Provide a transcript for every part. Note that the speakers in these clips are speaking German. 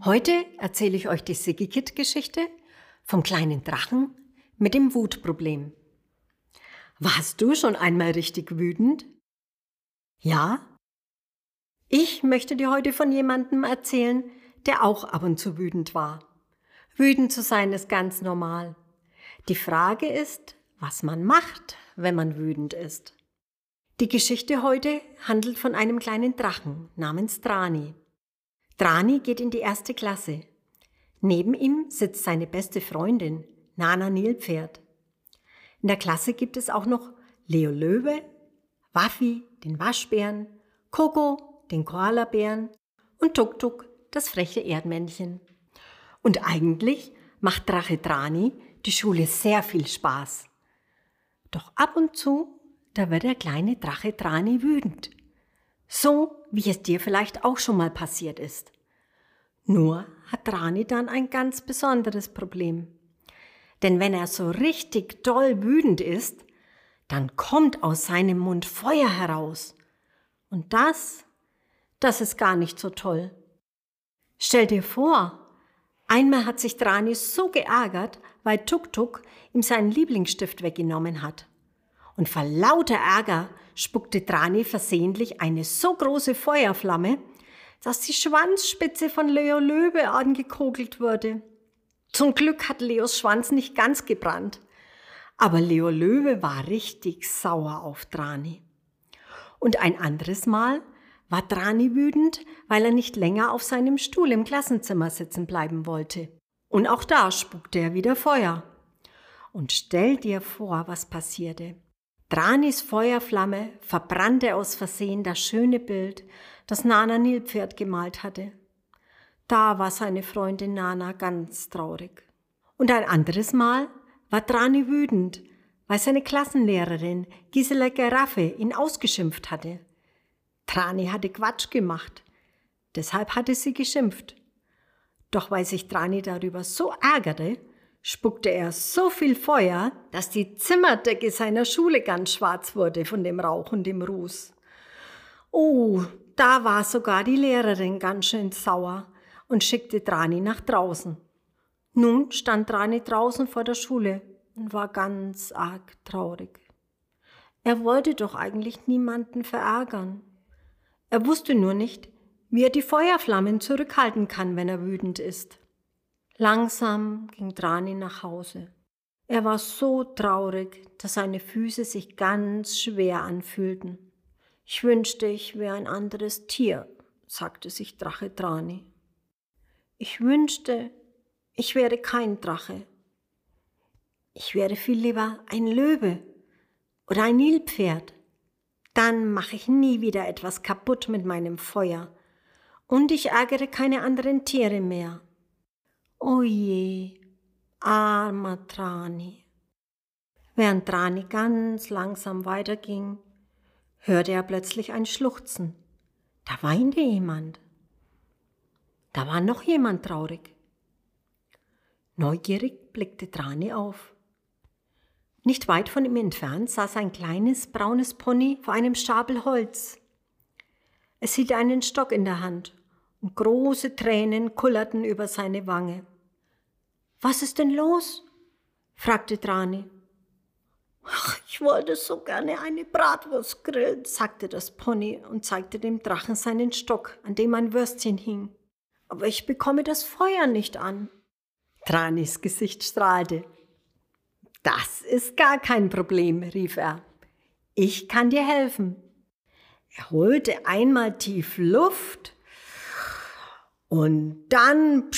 Heute erzähle ich euch die Siggi-Kit-Geschichte vom kleinen Drachen mit dem Wutproblem. Warst du schon einmal richtig wütend? Ja? Ich möchte dir heute von jemandem erzählen, der auch ab und zu wütend war. Wütend zu sein ist ganz normal. Die Frage ist, was man macht, wenn man wütend ist. Die Geschichte heute handelt von einem kleinen Drachen namens Drani. Drani geht in die 1. Klasse. Neben ihm sitzt seine beste Freundin, Nana Nilpferd. In der Klasse gibt es auch noch Leo Löwe, Waffi, den Waschbären, Coco, den Koalabären und Tuk Tuk, das freche Erdmännchen. Und eigentlich macht Drache Drani die Schule sehr viel Spaß. Doch ab und zu, da wird der kleine Drache Drani wütend. So, wie es dir vielleicht auch schon mal passiert ist. Nur hat Drani dann ein ganz besonderes Problem. Denn wenn er so richtig doll wütend ist, dann kommt aus seinem Mund Feuer heraus. Und das ist gar nicht so toll. Stell dir vor, einmal hat sich Drani so geärgert, weil Tuk Tuk ihm seinen Lieblingsstift weggenommen hat. Und vor lauter Ärger spuckte Drani versehentlich eine so große Feuerflamme, dass die Schwanzspitze von Leo Löwe angekokelt wurde. Zum Glück hat Leos Schwanz nicht ganz gebrannt, aber Leo Löwe war richtig sauer auf Drani. Und ein anderes Mal war Drani wütend, weil er nicht länger auf seinem Stuhl im Klassenzimmer sitzen bleiben wollte. Und auch da spuckte er wieder Feuer. Und stell dir vor, was passierte. Dranis Feuerflamme verbrannte aus Versehen das schöne Bild, das Nana Nilpferd gemalt hatte. Da war seine Freundin Nana ganz traurig. Und ein anderes Mal war Drani wütend, weil seine Klassenlehrerin Gisela Giraffe ihn ausgeschimpft hatte. Drani hatte Quatsch gemacht, deshalb hatte sie geschimpft. Doch weil sich Drani darüber so ärgerte, spuckte er so viel Feuer, dass die Zimmerdecke seiner Schule ganz schwarz wurde von dem Rauch und dem Ruß. Oh, da war sogar die Lehrerin ganz schön sauer und schickte Drani nach draußen. Nun stand Drani draußen vor der Schule und war ganz arg traurig. Er wollte doch eigentlich niemanden verärgern. Er wusste nur nicht, wie er die Feuerflammen zurückhalten kann, wenn er wütend ist. Langsam ging Drani nach Hause. Er war so traurig, dass seine Füße sich ganz schwer anfühlten. Ich wünschte, ich wäre ein anderes Tier, sagte sich Drache Drani. Ich wünschte, ich wäre kein Drache. Ich wäre viel lieber ein Löwe oder ein Nilpferd. Dann mache ich nie wieder etwas kaputt mit meinem Feuer und ich ärgere keine anderen Tiere mehr. Oh je, armer Drani. Während Drani ganz langsam weiterging, hörte er plötzlich ein Schluchzen. Da weinte jemand. Da war noch jemand traurig. Neugierig blickte Drani auf. Nicht weit von ihm entfernt saß ein kleines, braunes Pony vor einem Stapel Holz. Es hielt einen Stock in der Hand und große Tränen kullerten über seine Wange. »Was ist denn los?« fragte Drani. »Ach, ich wollte so gerne eine Bratwurst grillen«, sagte das Pony und zeigte dem Drachen seinen Stock, an dem ein Würstchen hing. »Aber ich bekomme das Feuer nicht an.« Dranis Gesicht strahlte. »Das ist gar kein Problem«, rief er. »Ich kann dir helfen.« Er holte einmal tief Luft und dann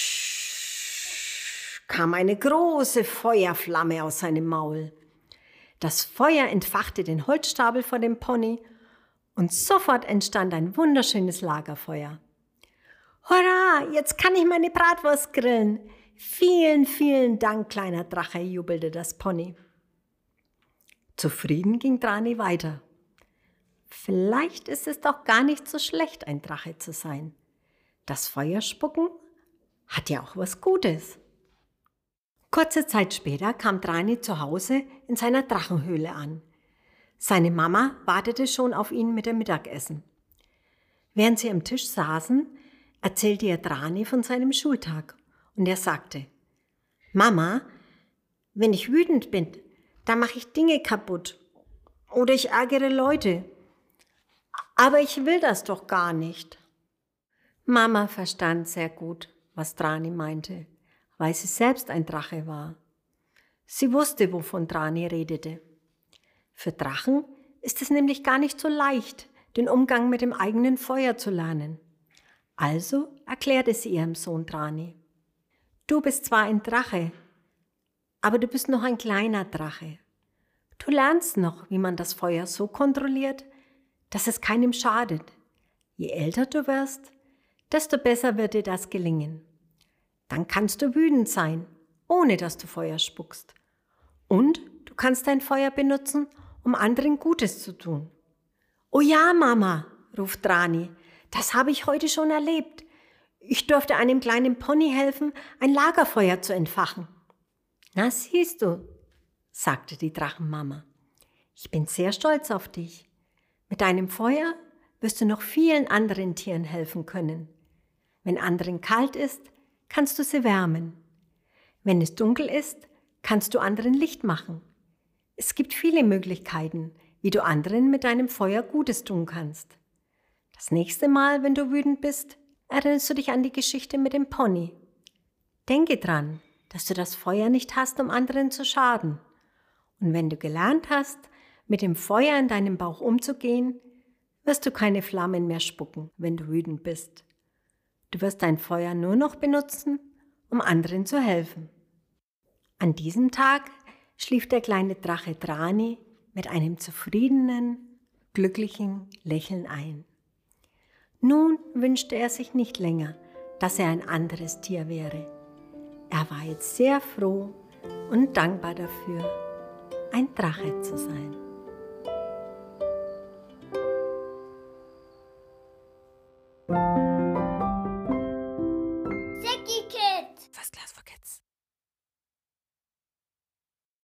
kam eine große Feuerflamme aus seinem Maul. Das Feuer entfachte den Holzstapel vor dem Pony und sofort entstand ein wunderschönes Lagerfeuer. »Hurra, jetzt kann ich meine Bratwurst grillen! Vielen, vielen Dank, kleiner Drache«, jubelte das Pony. Zufrieden ging Drani weiter. Vielleicht ist es doch gar nicht so schlecht, ein Drache zu sein. Das Feuerspucken hat ja auch was Gutes. Kurze Zeit später kam Drani zu Hause in seiner Drachenhöhle an. Seine Mama wartete schon auf ihn mit dem Mittagessen. Während sie am Tisch saßen, erzählte er Drani von seinem Schultag und er sagte: Mama, wenn ich wütend bin, dann mache ich Dinge kaputt oder ich ärgere Leute. Aber ich will das doch gar nicht. Mama verstand sehr gut, was Drani meinte, weil sie selbst ein Drache war. Sie wusste, wovon Drani redete. Für Drachen ist es nämlich gar nicht so leicht, den Umgang mit dem eigenen Feuer zu lernen. Also erklärte sie ihrem Sohn Drani: Du bist zwar ein Drache, aber du bist noch ein kleiner Drache. Du lernst noch, wie man das Feuer so kontrolliert, dass es keinem schadet. Je älter du wirst, desto besser wird dir das gelingen. Dann kannst du wütend sein, ohne dass du Feuer spuckst. Und du kannst dein Feuer benutzen, um anderen Gutes zu tun. Oh ja, Mama, ruft Drani, das habe ich heute schon erlebt. Ich durfte einem kleinen Pony helfen, ein Lagerfeuer zu entfachen. Na siehst du, sagte die Drachenmama, ich bin sehr stolz auf dich. Mit deinem Feuer wirst du noch vielen anderen Tieren helfen können. Wenn anderen kalt ist, kannst du sie wärmen. Wenn es dunkel ist, kannst du anderen Licht machen. Es gibt viele Möglichkeiten, wie du anderen mit deinem Feuer Gutes tun kannst. Das nächste Mal, wenn du wütend bist, erinnerst du dich an die Geschichte mit dem Pony. Denke dran, dass du das Feuer nicht hast, um anderen zu schaden. Und wenn du gelernt hast, mit dem Feuer in deinem Bauch umzugehen, wirst du keine Flammen mehr spucken, wenn du wütend bist. Du wirst dein Feuer nur noch benutzen, um anderen zu helfen. An diesem Tag schlief der kleine Drache Drani mit einem zufriedenen, glücklichen Lächeln ein. Nun wünschte er sich nicht länger, dass er ein anderes Tier wäre. Er war jetzt sehr froh und dankbar dafür, ein Drache zu sein.